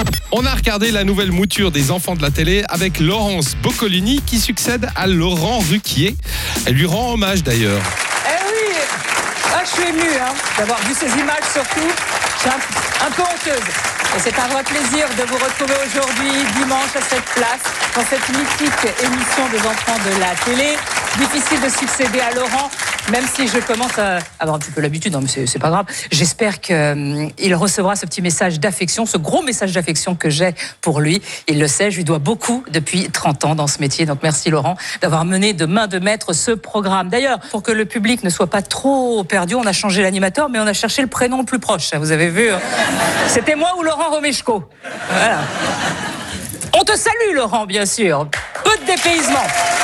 On a regardé la nouvelle mouture des enfants de la télé avec Laurence Boccolini qui succède à Laurent Ruquier. Elle lui rend hommage d'ailleurs. Eh oui, je suis émue d'avoir vu ces images surtout. Je suis un peu honteuse. Et c'est un vrai plaisir de vous retrouver aujourd'hui, dimanche, à cette place, dans cette mythique émission des enfants de la télé. Difficile de succéder à Laurent, même si je commence à avoir un petit peu l'habitude, mais c'est pas grave. J'espère qu'il recevra ce petit message d'affection, ce gros message d'affection que j'ai pour lui. Il le sait, je lui dois beaucoup depuis 30 ans dans ce métier. Donc merci Laurent d'avoir mené de main de maître ce programme. D'ailleurs, pour que le public ne soit pas trop perdu, on a changé l'animateur, mais on a cherché le prénom le plus proche. Vous avez vu, c'était moi ou Laurent Romeshko. Voilà. On te salue Laurent, bien sûr. Peu de dépaysement.